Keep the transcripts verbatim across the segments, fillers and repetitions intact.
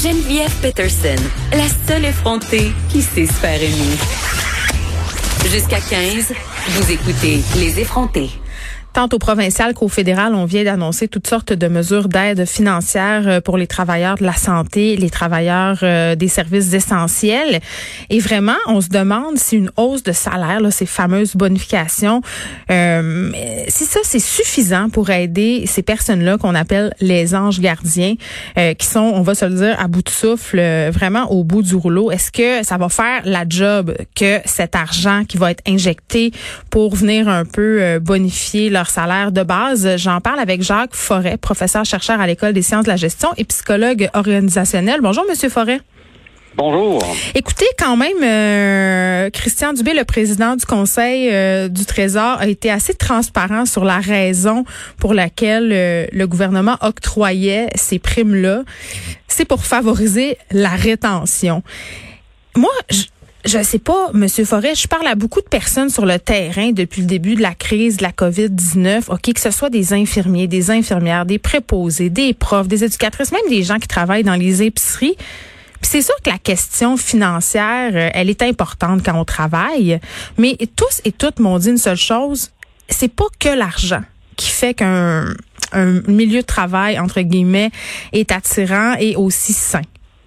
Geneviève Peterson, la seule effrontée qui sait se faire aimer. Jusqu'à quinze, vous écoutez Les Effrontés. Tant au provincial qu'au fédéral, on vient d'annoncer toutes sortes de mesures d'aide financière pour les travailleurs de la santé, les travailleurs euh, des services essentiels. Et vraiment, on se demande si une hausse de salaire, là, ces fameuses bonifications, euh, si ça, c'est suffisant pour aider ces personnes-là qu'on appelle les anges gardiens, euh, qui sont, on va se le dire, à bout de souffle, euh, vraiment au bout du rouleau. Est-ce que ça va faire la job que cet argent qui va être injecté pour venir un peu euh, bonifier leur salaire de base? J'en parle avec Jacques Forêt, professeur-chercheur à l'École des sciences de la gestion et psychologue organisationnel. Bonjour, Monsieur Forêt. Bonjour. Écoutez, quand même, euh, Christian Dubé, le président du Conseil euh, du Trésor, a été assez transparent sur la raison pour laquelle euh, le gouvernement octroyait ces primes-là. C'est pour favoriser la rétention. Moi, je Je sais pas, Monsieur Forêt, je parle à beaucoup de personnes sur le terrain depuis le début de la crise de la covid dix-neuf, OK, que ce soit des infirmiers, des infirmières, des préposés, des profs, des éducatrices, même des gens qui travaillent dans les épiceries. Puis c'est sûr que la question financière, elle est importante quand on travaille, mais tous et toutes m'ont dit une seule chose, c'est pas que l'argent qui fait qu'un un milieu de travail, entre guillemets, est attirant et aussi sain.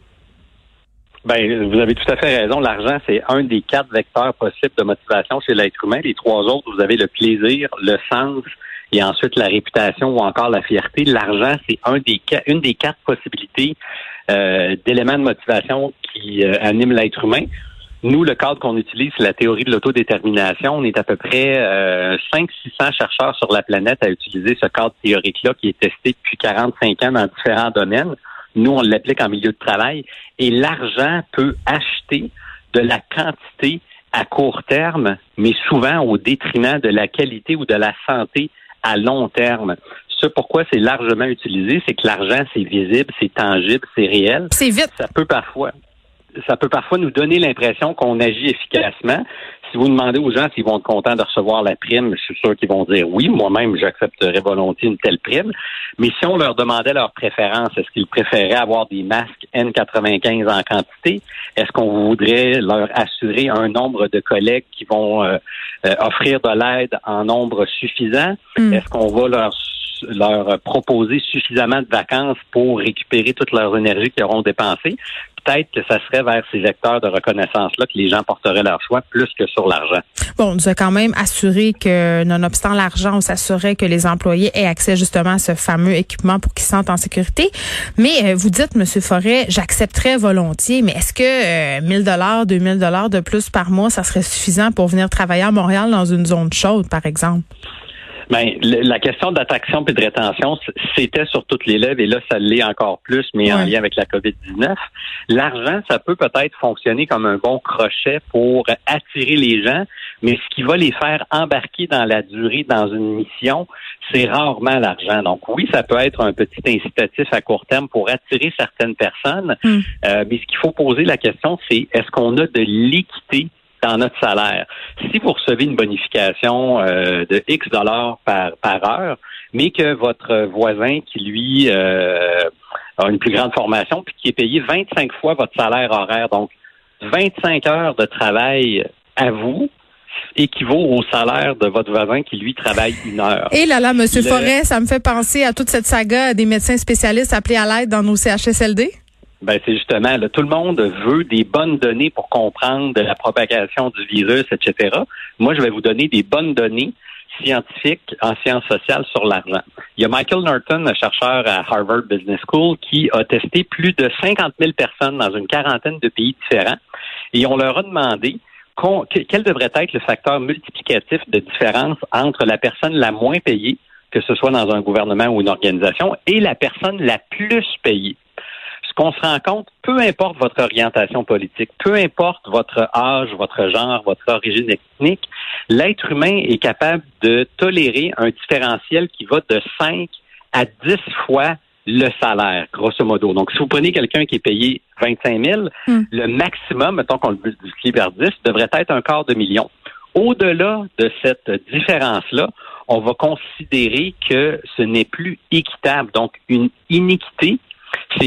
Ben, vous avez tout à fait raison. L'argent, c'est un des quatre vecteurs possibles de motivation chez l'être humain. Les trois autres, vous avez le plaisir, le sens et ensuite la réputation ou encore la fierté. L'argent, c'est un des une des quatre possibilités euh, d'éléments de motivation qui euh, animent l'être humain. Nous, le cadre qu'on utilise, c'est la théorie de l'autodétermination. On est à peu près euh, cinq cents à six cents chercheurs sur la planète à utiliser ce cadre théorique-là qui est testé depuis quarante-cinq ans dans différents domaines. Nous, on l'applique en milieu de travail. Et l'argent peut acheter de la quantité à court terme, mais souvent au détriment de la qualité ou de la santé à long terme. Ce pourquoi c'est largement utilisé, c'est que l'argent, c'est visible, c'est tangible, c'est réel. C'est vite. Ça peut parfois, ça peut parfois nous donner l'impression qu'on agit efficacement. Si vous demandez aux gens s'ils vont être contents de recevoir la prime, je suis sûr qu'ils vont dire oui. Moi-même, j'accepterais volontiers une telle prime. Mais si on leur demandait leur préférence, est-ce qu'ils préféraient avoir des masques N quatre-vingt-quinze en quantité? Est-ce qu'on voudrait leur assurer un nombre de collègues qui vont euh, euh, offrir de l'aide en nombre suffisant? Mm. Est-ce qu'on va leur leur proposer suffisamment de vacances pour récupérer toute leur énergie qu'ils auront dépensée? Peut-être que ça serait vers ces vecteurs de reconnaissance-là que les gens porteraient leur choix plus que sur l'argent. Bon, on nous a quand même assuré que, nonobstant l'argent, on s'assurait que les employés aient accès justement à ce fameux équipement pour qu'ils se sentent en sécurité. Mais euh, vous dites, M. Forêt, j'accepterais volontiers, mais est-ce que euh, mille dollars, deux mille dollars de plus par mois, ça serait suffisant pour venir travailler à Montréal dans une zone chaude, par exemple? Ben, la question d'attraction et de rétention, c'était sur toutes les lèvres et là, ça l'est encore plus, mais ouais. En lien avec la covid dix-neuf. L'argent, ça peut peut-être fonctionner comme un bon crochet pour attirer les gens, mais ce qui va les faire embarquer dans la durée, dans une mission, c'est rarement l'argent. Donc oui, ça peut être un petit incitatif à court terme pour attirer certaines personnes, mm. euh, mais ce qu'il faut poser la question, c'est est-ce qu'on a de l'équité dans notre salaire? Si vous recevez une bonification euh, de X dollars par, par heure, mais que votre voisin qui, lui, euh, a une plus grande formation, puis qui est payé vingt-cinq fois votre salaire horaire, donc vingt-cinq heures de travail à vous, équivaut au salaire de votre voisin qui, lui, travaille une heure. Et là là, M. Le... Forêt, ça me fait penser à toute cette saga des médecins spécialistes appelés à l'aide dans nos C H S L D? Ben c'est justement, là, tout le monde veut des bonnes données pour comprendre la propagation du virus, et cetera. Moi, je vais vous donner des bonnes données scientifiques en sciences sociales sur l'argent. Il y a Michael Norton, un chercheur à Harvard Business School, qui a testé plus de cinquante mille personnes dans une quarantaine de pays différents et on leur a demandé quel devrait être le facteur multiplicatif de différence entre la personne la moins payée, que ce soit dans un gouvernement ou une organisation, et la personne la plus payée. Ce qu'on se rend compte, peu importe votre orientation politique, peu importe votre âge, votre genre, votre origine ethnique, l'être humain est capable de tolérer un différentiel qui va de cinq à dix fois le salaire, grosso modo. Donc, si vous prenez quelqu'un qui est payé vingt-cinq mille, mm. le maximum, mettons qu'on le multiplie par dix, devrait être un quart de million. Au-delà de cette différence-là, on va considérer que ce n'est plus équitable. Donc, une iniquité, c'est une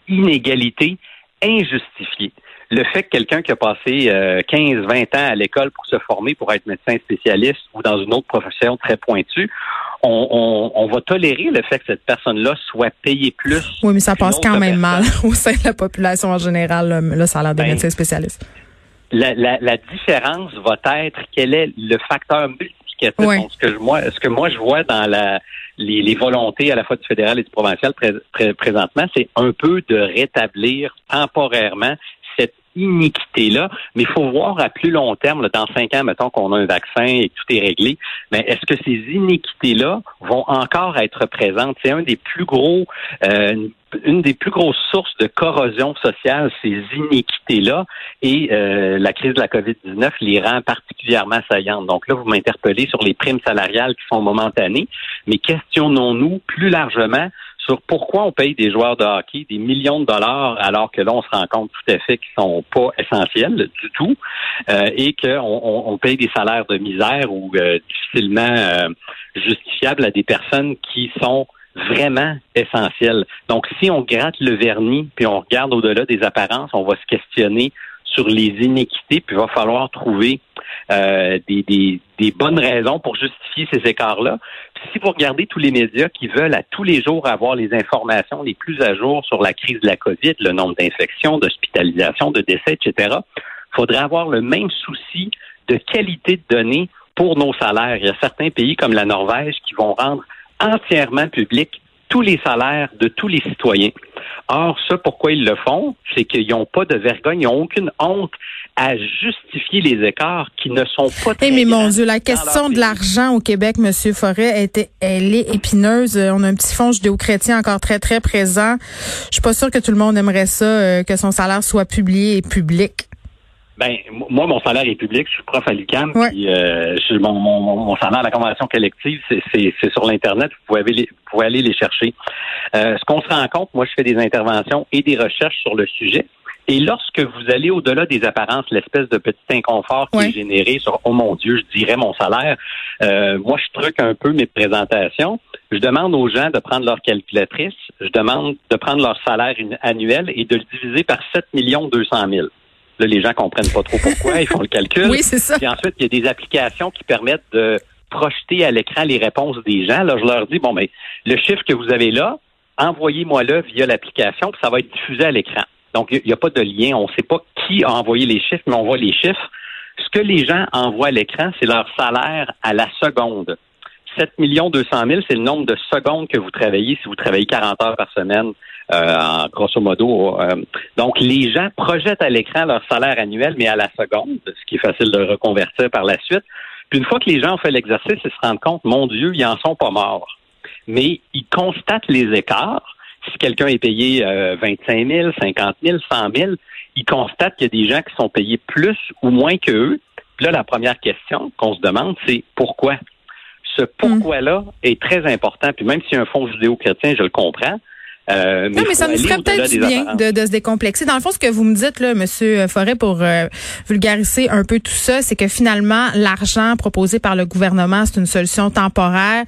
inégalité injustifiée. Le fait que quelqu'un qui a passé euh, quinze vingt ans à l'école pour se former pour être médecin spécialiste ou dans une autre profession très pointue, on, on, on va tolérer le fait que cette personne-là soit payée plus. Oui, mais ça passe quand même mal au sein de la population en général, le, le salaire des ben, médecins spécialistes. La, la, la différence va être quel est le facteur multiplicatif. Oui. Donc, ce que je, moi, ce que moi je vois dans la les, les volontés à la fois du fédéral et du provincial pré, pré, présentement, c'est un peu de rétablir temporairement cette iniquité-là, mais il faut voir à plus long terme, là, dans cinq ans, mettons qu'on a un vaccin et que tout est réglé, mais est-ce que ces iniquités-là vont encore être présentes? C'est un des plus gros, euh, une des plus grosses sources de corrosion sociale, ces iniquités-là, et euh, la crise de la covid dix-neuf les rend particulièrement saillantes. Donc là, vous m'interpellez sur les primes salariales qui sont momentanées, mais questionnons-nous plus largement sur pourquoi on paye des joueurs de hockey des millions de dollars alors que là, on se rend compte tout à fait qu'ils sont pas essentiels du tout euh, et qu'on on, on paye des salaires de misère ou euh, difficilement euh, justifiables à des personnes qui sont vraiment essentielles. Donc, si on gratte le vernis puis on regarde au-delà des apparences, on va se questionner sur les iniquités, puis il va falloir trouver euh, des, des, des bonnes raisons pour justifier ces écarts-là. Puis si vous regardez tous les médias qui veulent à tous les jours avoir les informations les plus à jour sur la crise de la COVID, le nombre d'infections, d'hospitalisations, de décès, et cetera, il faudrait avoir le même souci de qualité de données pour nos salaires. Il y a certains pays comme la Norvège qui vont rendre entièrement public tous les salaires de tous les citoyens. Or, ça, pourquoi ils le font? C'est qu'ils n'ont pas de vergogne, ils n'ont aucune honte à justifier les écarts qui ne sont pas très hey, mais mon Dieu, la dans question de l'argent au Québec, M. Forêt, était, elle est épineuse. On a un petit fonds judéo-chrétien encore très, très présent. Je suis pas sûre que tout le monde aimerait ça, euh, que son salaire soit publié et public. Ben, moi, mon salaire est public. Je suis prof à l'U Q A M. Ouais. Puis, euh, je, mon, mon, mon salaire à la convention collective, c'est, c'est, c'est sur l'Internet. Vous pouvez, les, vous pouvez aller les chercher. Euh, ce qu'on se rend compte, moi, je fais des interventions et des recherches sur le sujet. Et lorsque vous allez au-delà des apparences, l'espèce de petit inconfort qui ouais. est généré sur « Oh mon Dieu, je dirais mon salaire euh, », moi, je truque un peu mes présentations. Je demande aux gens de prendre leur calculatrice. Je demande de prendre leur salaire annuel et de le diviser par sept millions deux cent mille. Là, les gens comprennent pas trop pourquoi, ils font le calcul. Oui, c'est ça. Puis ensuite, il y a des applications qui permettent de projeter à l'écran les réponses des gens. Là, je leur dis, bon, ben, le chiffre que vous avez là, envoyez-moi-le via l'application, puis ça va être diffusé à l'écran. Donc, il n'y a pas de lien. On ne sait pas qui a envoyé les chiffres, mais on voit les chiffres. Ce que les gens envoient à l'écran, c'est leur salaire à la seconde. sept millions deux cent mille, c'est le nombre de secondes que vous travaillez si vous travaillez quarante heures par semaine. Euh, grosso modo. Euh, donc, les gens projettent à l'écran leur salaire annuel, mais à la seconde, ce qui est facile de reconvertir par la suite. Puis une fois que les gens ont fait l'exercice, ils se rendent compte, mon Dieu, ils en sont pas morts. Mais ils constatent les écarts. Si quelqu'un est payé euh, vingt-cinq mille, cinquante mille, cent mille, ils constatent qu'il y a des gens qui sont payés plus ou moins qu'eux. Puis là, la première question qu'on se demande, c'est pourquoi? Ce pourquoi-là est très important. Puis même s'il y a un fonds judéo-chrétien, je le comprends. Euh, mais non, mais ça nous ferait peut-être du bien de, de se décomplexer. Dans le fond, ce que vous me dites, là, Monsieur Forêt, pour euh, vulgariser un peu tout ça, c'est que finalement, l'argent proposé par le gouvernement, c'est une solution temporaire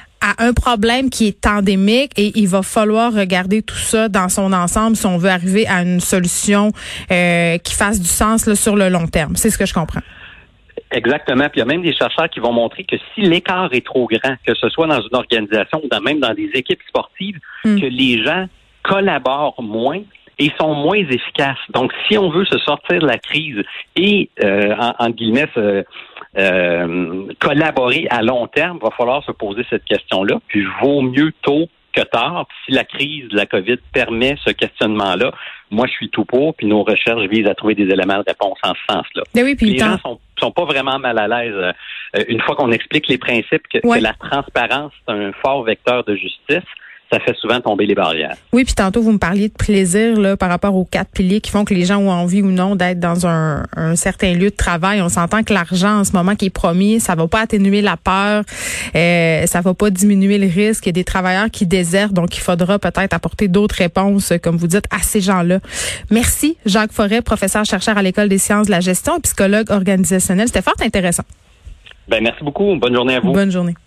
à un problème qui est endémique et il va falloir regarder tout ça dans son ensemble si on veut arriver à une solution euh, qui fasse du sens là, sur le long terme. C'est ce que je comprends. Exactement. Puis il y a même des chercheurs qui vont montrer que si l'écart est trop grand, que ce soit dans une organisation ou dans, même dans des équipes sportives, mm. que les gens collaborent moins et sont moins efficaces. Donc, si on veut se sortir de la crise et, euh, en, en guillemets, se, euh, collaborer à long terme, il va falloir se poser cette question-là. Puis, vaut mieux tôt que tard. Puis, si la crise de la COVID permet ce questionnement-là, moi, je suis tout pour. Puis, nos recherches visent à trouver des éléments de réponse en ce sens-là. Mais oui, puis les gens sont sont pas vraiment mal à l'aise euh, une fois qu'on explique les principes que, ouais. que la transparence c'est un fort vecteur de justice. Ça fait souvent tomber les barrières. Oui, puis tantôt, vous me parliez de plaisir là par rapport aux quatre piliers qui font que les gens ont envie ou non d'être dans un, un certain lieu de travail. On s'entend que l'argent en ce moment qui est promis, ça va pas atténuer la peur, euh, ça va pas diminuer le risque. Il y a des travailleurs qui désertent, donc il faudra peut-être apporter d'autres réponses, comme vous dites, à ces gens-là. Merci, Jacques Forêt, professeur chercheur à l'École des sciences de la gestion et psychologue organisationnel. C'était fort intéressant. Ben merci beaucoup. Bonne journée à vous. Bonne journée.